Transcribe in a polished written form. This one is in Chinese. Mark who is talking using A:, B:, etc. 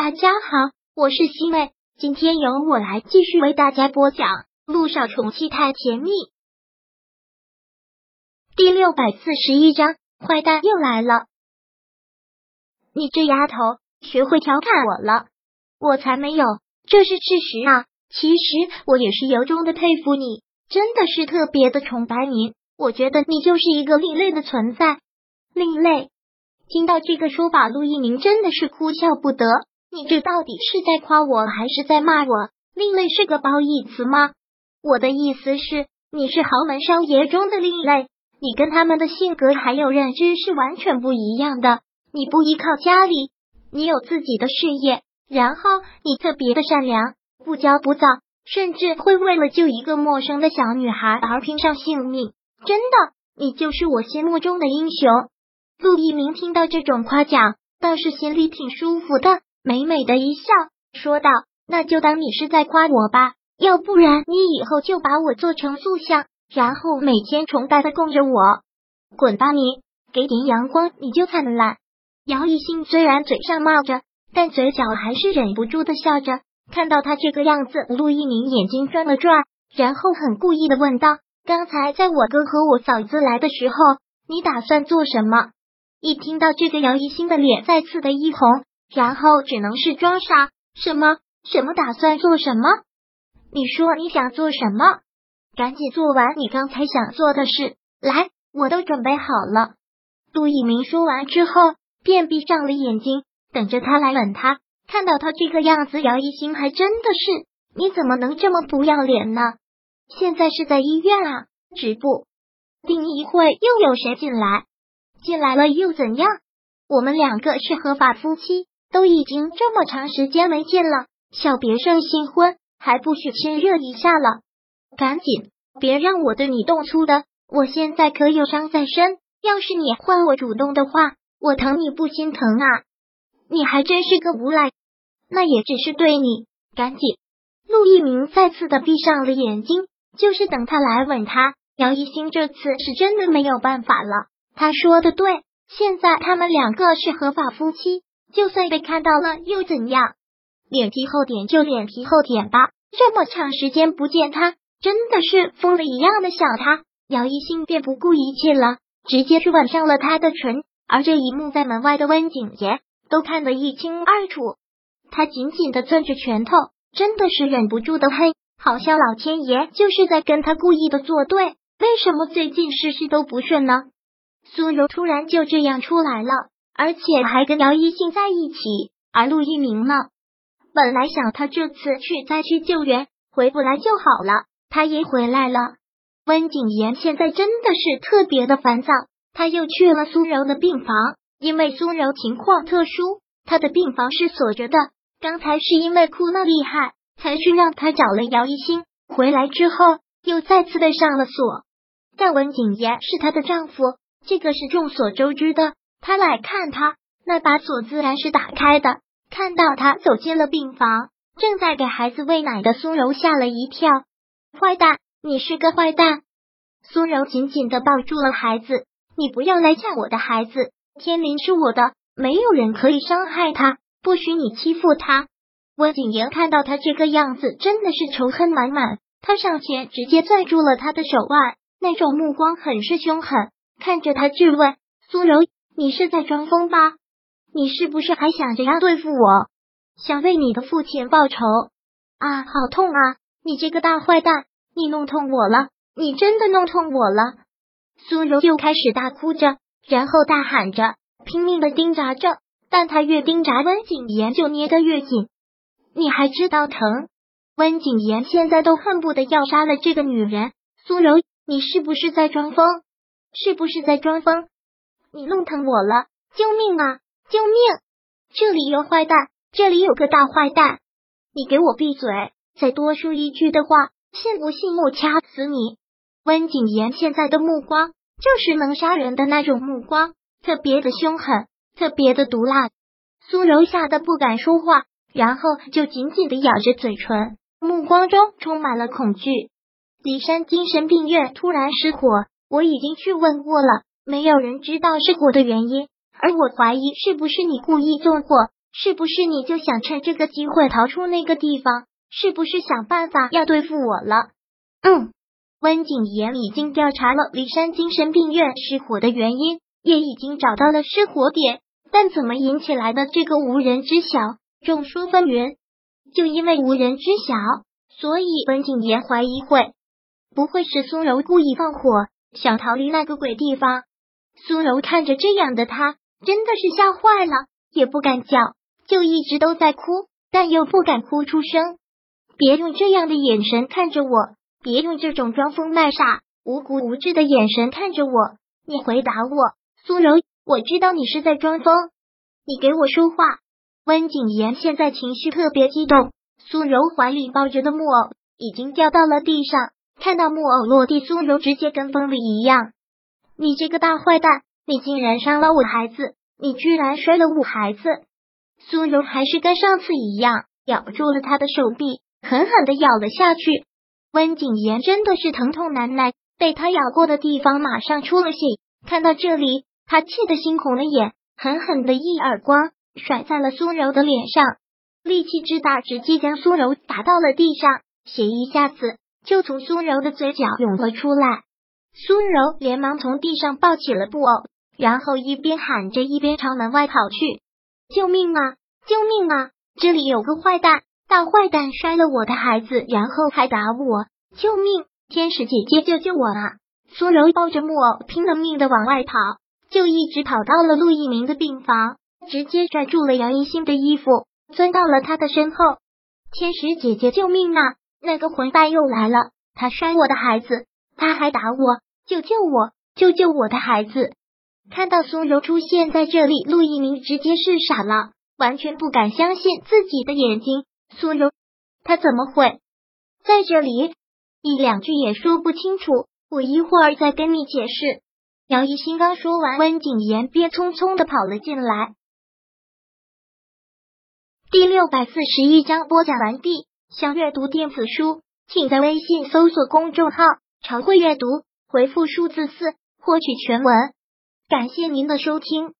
A: 大家好，我是西妹，今天由我来继续为大家播讲《陆少宠妻太甜蜜》第641章，坏蛋又来了。你这丫头，学会调侃我了？我才没有，这是事实啊。其实我也是由衷的佩服你，真的是特别的崇拜你。我觉得你就是一个另类的存在。另类？听到这个说法，陆一鸣真的是哭笑不得。你这到底是在夸我还是在骂我？另类是个褒义词吗？我的意思是，你是豪门少爷中的另类，你跟他们的性格还有认知是完全不一样的。你不依靠家里，你有自己的事业，然后你特别的善良，不骄不躁，甚至会为了救一个陌生的小女孩而拼上性命。真的，你就是我心目中的英雄。陆一鸣听到这种夸奖，倒是心里挺舒服的，美美的一笑，说道：那就当你是在夸我吧，要不然你以后就把我做成塑像，然后每天崇拜的供着我。滚吧你，给点阳光你就灿烂。姚一兴虽然嘴上骂着，但嘴角还是忍不住的笑着。看到他这个样子，陆一鸣眼睛转了转，然后很故意的问道：刚才在我哥和我嫂子来的时候，你打算做什么？一听到这个，姚一兴的脸再次的一红，然后只能是装傻。什么打算做什么？你说你想做什么？赶紧做完你刚才想做的事，来，我都准备好了。陆一鸣说完之后，便闭上了眼睛，等着他来吻他。看到他这个样子，姚一兴还真的是，你怎么能这么不要脸呢？现在是在医院啊，止步。定一会又有谁进来？进来了又怎样？我们两个是合法夫妻，都已经这么长时间没见了，小别胜新婚，还不许亲热一下了？赶紧，别让我对你动粗了，我现在可有伤在身，要是你换我主动的话，我疼你不心疼啊？你还真是个无赖。那也只是对你，赶紧。陆一鸣再次的闭上了眼睛，就是等他来吻他。姚一兴这次是真的没有办法了，他说的对，现在他们两个是合法夫妻，就算被看到了又怎样？脸皮厚点就脸皮厚点吧，这么长时间不见他，真的是疯了一样的想他。姚一兴便不顾一切了，直接去吻上了他的唇，而这一幕在门外的温景言都看得一清二楚。他紧紧的攥着拳头，真的是忍不住的嘿，好像老天爷就是在跟他故意的作对。为什么最近事事都不顺呢？苏柔突然就这样出来了，而且还跟姚一兴在一起，而陆一鸣呢？本来想他这次去灾区救援，回不来就好了，他也回来了。温景言现在真的是特别的烦躁，他又去了苏柔的病房，因为苏柔情况特殊，他的病房是锁着的。刚才是因为哭得厉害，才去让他找了姚一兴，回来之后又再次的上了锁。但温景言是她的丈夫，这个是众所周知的，他来看他，那把锁自然是打开的。看到他走进了病房，正在给孩子喂奶的苏柔吓了一跳。坏蛋，你是个坏蛋！苏柔紧紧的抱住了孩子，你不要来抢我的孩子，天灵是我的，没有人可以伤害他，不许你欺负他。温景言看到他这个样子，真的是仇恨满满，他上前直接攥住了他的手腕，那种目光很是凶狠，看着他质问：苏柔，你是在装疯吧？你是不是还想着要对付我，想为你的父亲报仇啊？好痛啊！你这个大坏蛋，你弄痛我了，你真的弄痛我了！苏柔又开始大哭着，然后大喊着，拼命的挣扎着，但他越挣扎，温景言就捏得越紧。你还知道疼？温景言现在都恨不得要杀了这个女人。苏柔，你是不是在装疯？是不是在装疯？你弄疼我了！救命啊！救命！这里有坏蛋，这里有个大坏蛋！你给我闭嘴！再多说一句的话，信不信我掐死你？温景言现在的目光就是能杀人的那种目光，特别的凶狠，特别的毒辣。苏柔吓得不敢说话，然后就紧紧的咬着嘴唇，目光中充满了恐惧。骊山精神病院突然失火，我已经去问过了，没有人知道失火的原因，而我怀疑是不是你故意纵火， 是不是你就想趁这个机会逃出那个地方？是不是想办法要对付我了？温景言已经调查了骊山精神病院失火的原因，也已经找到了失火点，但怎么引起来的这个无人知晓，众说纷纭。就因为无人知晓，所以温景言怀疑不会是苏柔故意放火，想逃离那个鬼地方。苏柔看着这样的他，真的是吓坏了，也不敢叫，就一直都在哭，但又不敢哭出声。别用这样的眼神看着我，别用这种装疯卖傻、无辜无知的眼神看着我，你回答我，苏柔，我知道你是在装疯，你给我说话。温景言现在情绪特别激动，苏柔怀里抱着的木偶已经掉到了地上，看到木偶落地，苏柔直接跟疯了一样。你这个大坏蛋，你竟然伤了我孩子，你居然摔了我孩子！苏柔还是跟上次一样，咬住了他的手臂，狠狠地咬了下去。温景言真的是疼痛难耐，被他咬过的地方马上出了血。看到这里，他气得猩红了眼，狠狠的一耳光甩在了苏柔的脸上，力气之大，直接将苏柔打到了地上，血一下子就从苏柔的嘴角涌了出来。苏柔连忙从地上抱起了布偶，然后一边喊着一边朝门外跑去。救命啊！救命啊！这里有个坏蛋，大坏蛋摔了我的孩子，然后还打我！救命！天使姐姐救救我啊！苏柔抱着木偶拼了命的往外跑，就一直跑到了陆一鸣的病房，直接拽住了杨一新的衣服，钻到了他的身后。天使姐姐救命啊！那个混蛋又来了，他摔我的孩子，他还打我，救救我，救救我的孩子！看到苏柔出现在这里，陆一鸣直接是傻了，完全不敢相信自己的眼睛。苏柔，他怎么会在这里？一两句也说不清楚，我一会儿再跟你解释。杨一新刚说完，温景言便匆匆的跑了进来。第641章播讲完毕。想阅读电子书，请在微信搜索公众号常会阅读，回复数字4获取全文。感谢您的收听。